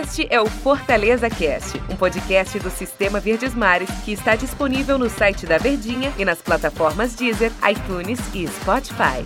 Este é o Fortaleza Cast, um podcast do Sistema Verdes Mares que está disponível no site da Verdinha e nas plataformas Deezer, iTunes e Spotify.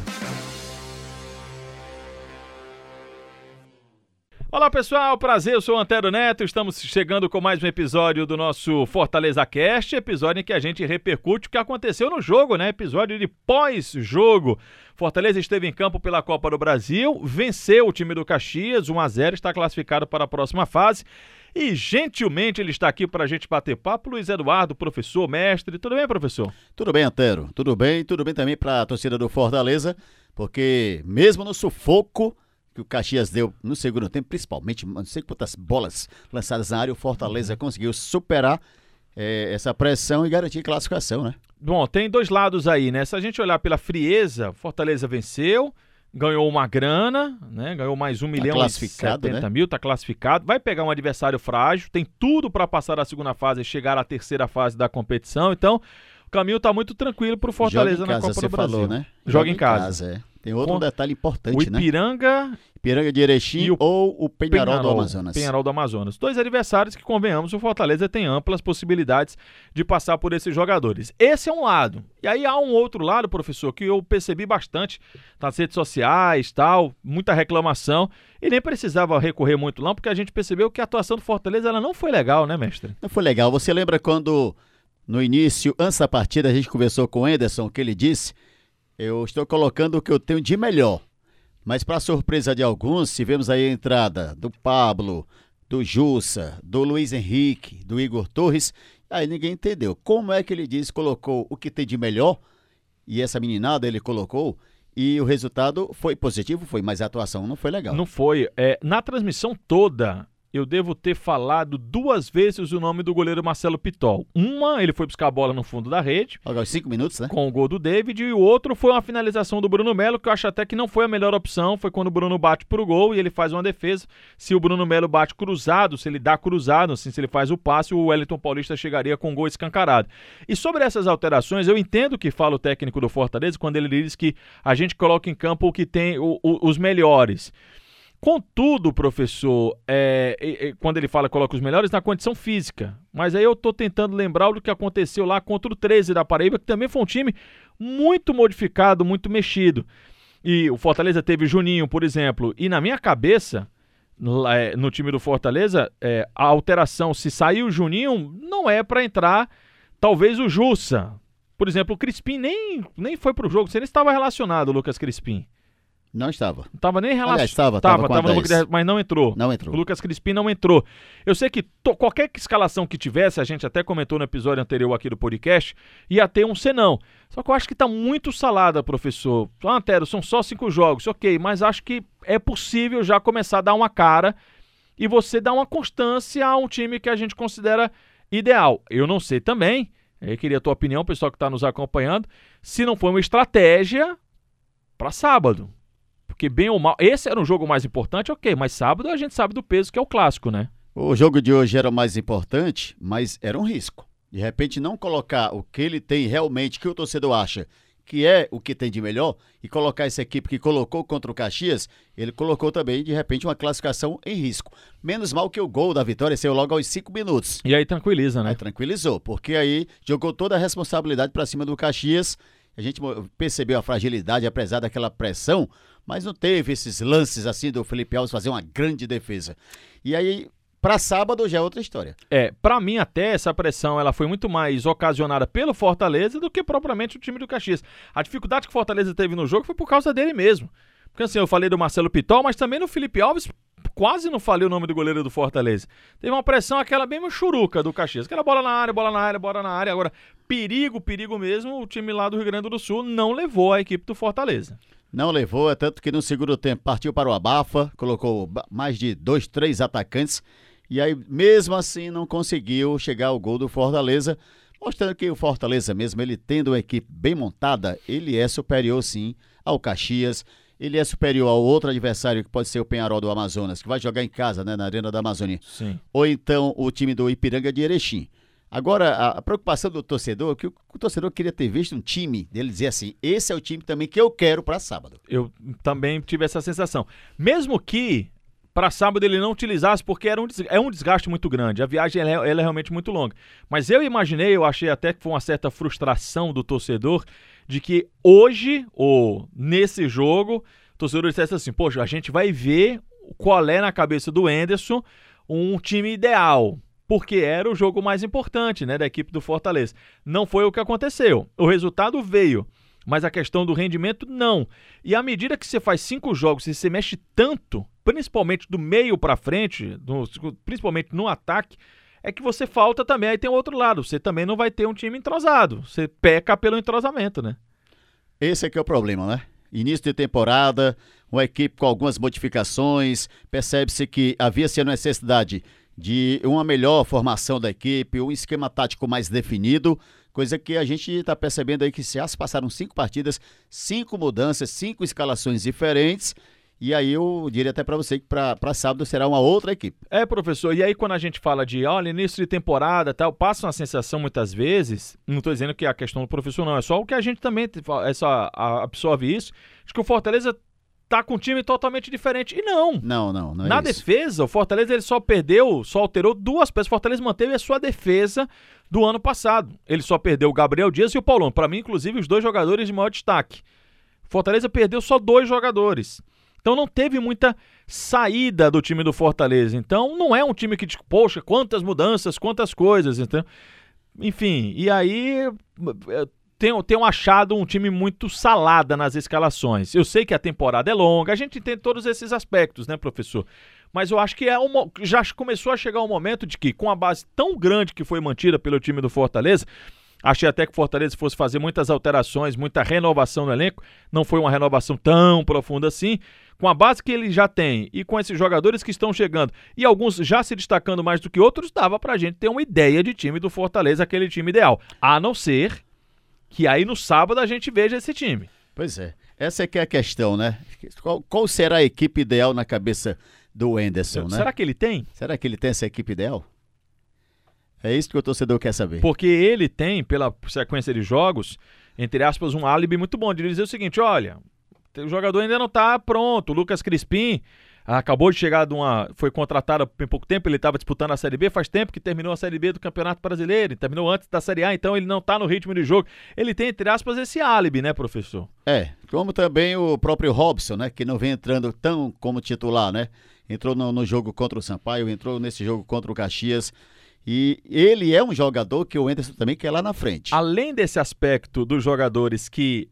Olá pessoal, prazer, eu sou o Antero Neto, estamos chegando com mais um episódio do nosso Fortaleza Cast, episódio em que a gente repercute o que aconteceu no jogo, né? Episódio de pós-jogo. Fortaleza esteve em campo pela Copa do Brasil, venceu o time do Caxias, 1-0, está classificado para a próxima fase. E gentilmente ele está aqui para a gente bater papo, Luiz Eduardo, professor, mestre. Tudo bem, professor? Tudo bem, Antero, tudo bem também para a torcida do Fortaleza, porque mesmo no sufoco que o Caxias deu no segundo tempo, principalmente, não sei quantas bolas lançadas na área, o Fortaleza conseguiu superar essa pressão e garantir classificação, né? Bom, tem dois lados aí, né? Se a gente olhar pela frieza, Fortaleza venceu, ganhou uma grana, né? Ganhou mais 1 milhão e 70 mil, tá classificado, vai pegar um adversário frágil, tem tudo para passar da segunda fase e chegar à terceira fase da competição, então o caminho tá muito tranquilo pro Fortaleza na Copa do Brasil. Falou, né? Joga em casa. Tem outro detalhe importante, né? O Ipiranga de Erechim ou o Peñarol do Amazonas. Peñarol do Amazonas. Dois adversários que, convenhamos, o Fortaleza tem amplas possibilidades de passar por esses jogadores. Esse é um lado. E aí há um outro lado, professor, que eu percebi bastante nas redes sociais, tal, muita reclamação. E nem precisava recorrer muito lá, porque a gente percebeu que a atuação do Fortaleza ela não foi legal, né, mestre? Não foi legal. Você lembra quando, no início, antes da partida, a gente conversou com o Anderson, que ele disse: eu estou colocando o que eu tenho de melhor. Mas para surpresa de alguns, tivemos aí a entrada do Pablo, do Jussa, do Luiz Henrique, do Igor Torres. Aí ninguém entendeu. Como é que ele disse, colocou o que tem de melhor, e essa meninada ele colocou, e o resultado foi positivo, mas a atuação não foi legal. Não foi. Na transmissão toda, eu devo ter falado 2 vezes o nome do goleiro Marcelo Pitol. Uma, ele foi buscar a bola no fundo da rede. Agora 5 minutos, né? Com o gol do David. E o outro foi uma finalização do Bruno Melo, que eu acho até que não foi a melhor opção. Foi quando o Bruno bate pro gol e ele faz uma defesa. Se o Bruno Melo bate cruzado, se ele dá cruzado, assim, se ele faz o passe, o Wellington Paulista chegaria com o gol escancarado. E sobre essas alterações, eu entendo que fala o técnico do Fortaleza quando ele diz que a gente coloca em campo o que tem os melhores. Contudo, professor, quando ele fala coloca os melhores, na condição física. Mas aí eu estou tentando lembrar do que aconteceu lá contra o 13 da Paraíba, que também foi um time muito modificado, muito mexido. E o Fortaleza teve Juninho, por exemplo. E na minha cabeça, no time do Fortaleza, a alteração, se sair o Juninho, não é para entrar talvez o Jussa. Por exemplo, o Crispim nem foi pro jogo. Você nem estava relacionado, Lucas Crispim. Não estava. Não estava nem relacionado. Estava no banco, mas não entrou. Não entrou. O Lucas Crispim não entrou. Eu sei que qualquer escalação que tivesse, a gente até comentou no episódio anterior aqui do podcast, ia ter um senão. Só que eu acho que está muito salada, professor. Antero, são só 5 jogos. Ok, mas acho que é possível já começar a dar uma cara e você dar uma constância a um time que a gente considera ideal. Eu não sei também, eu queria a tua opinião, pessoal que está nos acompanhando, se não foi uma estratégia para sábado. Porque bem ou mal, esse era um jogo mais importante, ok, mas sábado a gente sabe do peso que é o clássico, né? O jogo de hoje era o mais importante, mas era um risco. De repente não colocar o que ele tem realmente, que o torcedor acha que é o que tem de melhor, e colocar essa equipe que colocou contra o Caxias, ele colocou também, de repente, uma classificação em risco. Menos mal que o gol da vitória saiu logo aos 5 minutos. E aí tranquiliza, né? Aí tranquilizou, porque aí jogou toda a responsabilidade para cima do Caxias. A gente percebeu a fragilidade, apesar daquela pressão, mas não teve esses lances assim do Felipe Alves fazer uma grande defesa. E aí, para sábado, já é outra história. Para mim até essa pressão ela foi muito mais ocasionada pelo Fortaleza do que propriamente o time do Caxias. A dificuldade que o Fortaleza teve no jogo foi por causa dele mesmo. Porque assim, eu falei do Marcelo Pitol, mas também no Felipe Alves, quase não falei o nome do goleiro do Fortaleza. Teve uma pressão, aquela bem churuca do Caxias. Aquela bola na área. Agora, perigo mesmo, o time lá do Rio Grande do Sul não levou a equipe do Fortaleza. Não levou, é tanto que no segundo tempo partiu para o abafa, colocou mais de 2, 3 atacantes, e aí mesmo assim não conseguiu chegar ao gol do Fortaleza, mostrando que o Fortaleza mesmo, ele tendo uma equipe bem montada, ele é superior sim ao Caxias, ele é superior ao outro adversário que pode ser o Peñarol do Amazonas, que vai jogar em casa, né, na Arena da Amazônia. Sim. Ou então o time do Ipiranga de Erechim. Agora, a preocupação do torcedor, que o torcedor queria ter visto um time dele dizer assim, esse é o time também que eu quero para sábado. Eu também tive essa sensação. Mesmo que para sábado ele não utilizasse, porque é um desgaste muito grande. A viagem ela é realmente muito longa. Mas eu achei até que foi uma certa frustração do torcedor de que hoje, ou nesse jogo, o torcedor dissesse assim, poxa, a gente vai ver qual é na cabeça do Anderson um time ideal, porque era o jogo mais importante, né, da equipe do Fortaleza. Não foi o que aconteceu. O resultado veio, mas a questão do rendimento, não. E à medida que você faz 5 jogos e você mexe tanto, principalmente do meio para frente, principalmente no ataque, é que você falta também. Aí tem o outro lado, você também não vai ter um time entrosado. Você peca pelo entrosamento, né? Esse aqui é o problema, né? Início de temporada, uma equipe com algumas modificações, percebe-se que havia-se a necessidade de uma melhor formação da equipe, um esquema tático mais definido, coisa que a gente está percebendo aí que já se passaram 5 partidas, 5 mudanças, 5 escalações diferentes, e aí eu diria até para você que para sábado será uma outra equipe. Professor, e aí quando a gente fala de, olha, início de temporada tal, passa uma sensação muitas vezes, não estou dizendo que é a questão do professor não, é só o que a gente também absorve isso, de que o Fortaleza tá com um time totalmente diferente. E não. Não é Na isso. defesa, o Fortaleza ele só alterou 2 peças. O Fortaleza manteve a sua defesa do ano passado. Ele só perdeu o Gabriel Dias e o Paulão. Para mim, inclusive, os 2 jogadores de maior destaque. O Fortaleza perdeu só 2 jogadores. Então não teve muita saída do time do Fortaleza. Então não é um time que, poxa, quantas mudanças, quantas coisas. Então, enfim, e aí tenho achado um time muito salada nas escalações. Eu sei que a temporada é longa, a gente tem todos esses aspectos, né, professor? Mas eu acho que já começou a chegar um momento de que, com a base tão grande que foi mantida pelo time do Fortaleza, achei até que o Fortaleza fosse fazer muitas alterações, muita renovação no elenco. Não foi uma renovação tão profunda assim. Com a base que ele já tem e com esses jogadores que estão chegando e alguns já se destacando mais do que outros, dava pra gente ter uma ideia de time do Fortaleza, aquele time ideal. A não ser que aí no sábado a gente veja esse time. Pois é. Essa é que é a questão, né? Qual será a equipe ideal na cabeça do Anderson, né? Será que ele tem? Será que ele tem essa equipe ideal? É isso que o torcedor quer saber. Porque ele tem, pela sequência de jogos, entre aspas, um álibi muito bom de dizer o seguinte, olha, o jogador ainda não está pronto, o Lucas Crispim acabou de chegar foi contratado há pouco tempo, ele estava disputando a Série B, faz tempo que terminou a Série B do Campeonato Brasileiro, terminou antes da Série A, então ele não está no ritmo de jogo. Ele tem, entre aspas, esse álibi, né, professor? Como também o próprio Robson, né, que não vem entrando tão como titular, né? Entrou no jogo contra o Sampaio, entrou nesse jogo contra o Caxias, e ele é um jogador que o Anderson também quer lá na frente. Além desse aspecto dos jogadores que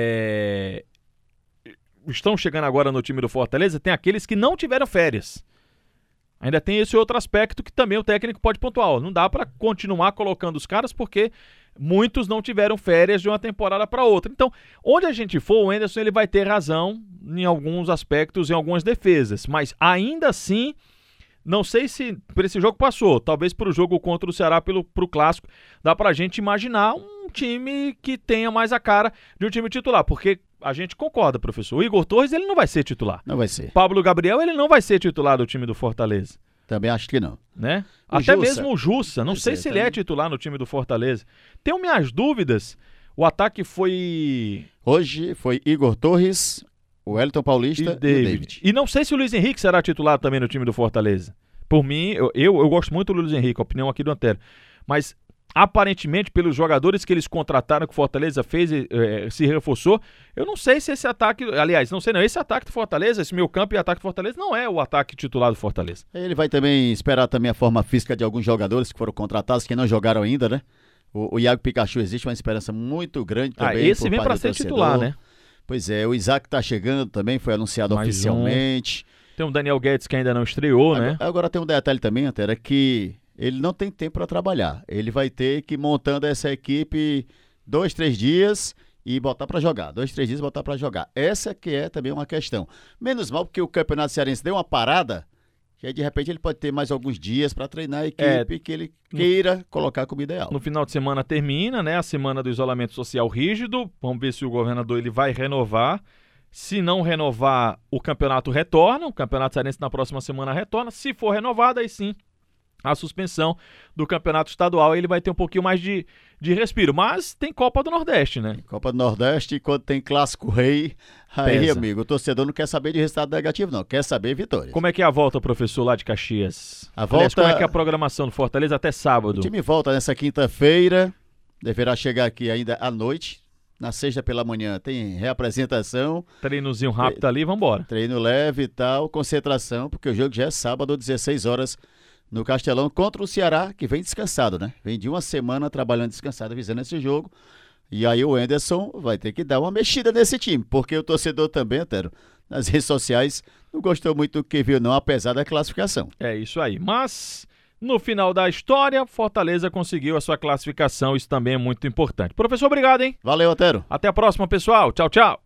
estão chegando agora no time do Fortaleza, tem aqueles que não tiveram férias. Ainda tem esse outro aspecto que também o técnico pode pontuar. Não dá para continuar colocando os caras porque muitos não tiveram férias de uma temporada para outra. Então, onde a gente for, o Anderson ele vai ter razão em alguns aspectos, em algumas defesas. Mas ainda assim, não sei se por esse jogo passou. Talvez para o jogo contra o Ceará, pro Clássico, dá para a gente imaginar um time que tenha mais a cara de um time titular. Porque a gente concorda, professor. O Igor Torres, ele não vai ser titular. Não vai ser. Pablo Gabriel, ele não vai ser titular do time do Fortaleza. Também acho que não. Né? O Até Jussa. mesmo o Jussa. Não sei se ele é titular no time do Fortaleza. Tenho minhas dúvidas. O ataque foi... Hoje foi Igor Torres, o Wellington Paulista e o David. E não sei se o Luiz Henrique será titular também no time do Fortaleza. Por mim, eu gosto muito do Luiz Henrique, a opinião aqui do Antero. Mas aparentemente, pelos jogadores que eles contrataram, que o Fortaleza fez, se reforçou, eu não sei se esse ataque, aliás, não sei não, esse ataque do Fortaleza, esse meio campo e ataque do Fortaleza não é o ataque titular do Fortaleza. Ele vai também esperar também a forma física de alguns jogadores que foram contratados, que não jogaram ainda, né? O Iago Pikachu, existe uma esperança muito grande também. Esse vem para ser titular, né? Pois é, o Isaac tá chegando também, foi anunciado oficialmente. Tem o Daniel Guedes que ainda não estreou, né? Agora tem um detalhe também, Antero, que ele não tem tempo para trabalhar. Ele vai ter que ir montando essa equipe 2, 3 dias e botar para jogar. 2, 3 dias e botar para jogar. Essa que é também uma questão. Menos mal porque o Campeonato Cearense deu uma parada, que aí de repente ele pode ter mais alguns dias para treinar a equipe que ele queira colocar como ideal. No final de semana termina, né? A semana do isolamento social rígido. Vamos ver se o governador ele vai renovar. Se não renovar, o campeonato retorna. O Campeonato Cearense na próxima semana retorna. Se for renovado, aí sim a suspensão do campeonato estadual, ele vai ter um pouquinho mais de respiro, mas tem Copa do Nordeste, né? Copa do Nordeste, e quando tem Clássico Rei, aí, Pesa. amigo, o torcedor não quer saber de resultado negativo, não, quer saber vitória. Como é que é a volta, professor, lá de Caxias? A Aliás, volta- como é que é a programação do Fortaleza até sábado? O time volta nessa quinta-feira, deverá chegar aqui ainda à noite, na sexta pela manhã tem reapresentação, Treinozinho rápido ali, vambora. treino leve e tal, concentração, porque o jogo já é sábado, 16 horas, no Castelão, contra o Ceará, que vem descansado, né? Vem de uma semana trabalhando descansado, visando esse jogo. E aí o Anderson vai ter que dar uma mexida nesse time, porque o torcedor também, Antero, nas redes sociais, não gostou muito do que viu, não, apesar da classificação. É isso aí. Mas, no final da história, Fortaleza conseguiu a sua classificação. Isso também é muito importante. Professor, obrigado, hein? Valeu, Antero. Até a próxima, pessoal. Tchau, tchau.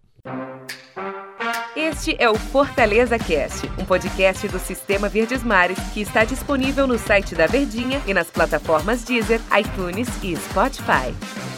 Este é o Fortaleza Cast, um podcast do Sistema Verdes Mares que está disponível no site da Verdinha e nas plataformas Deezer, iTunes e Spotify.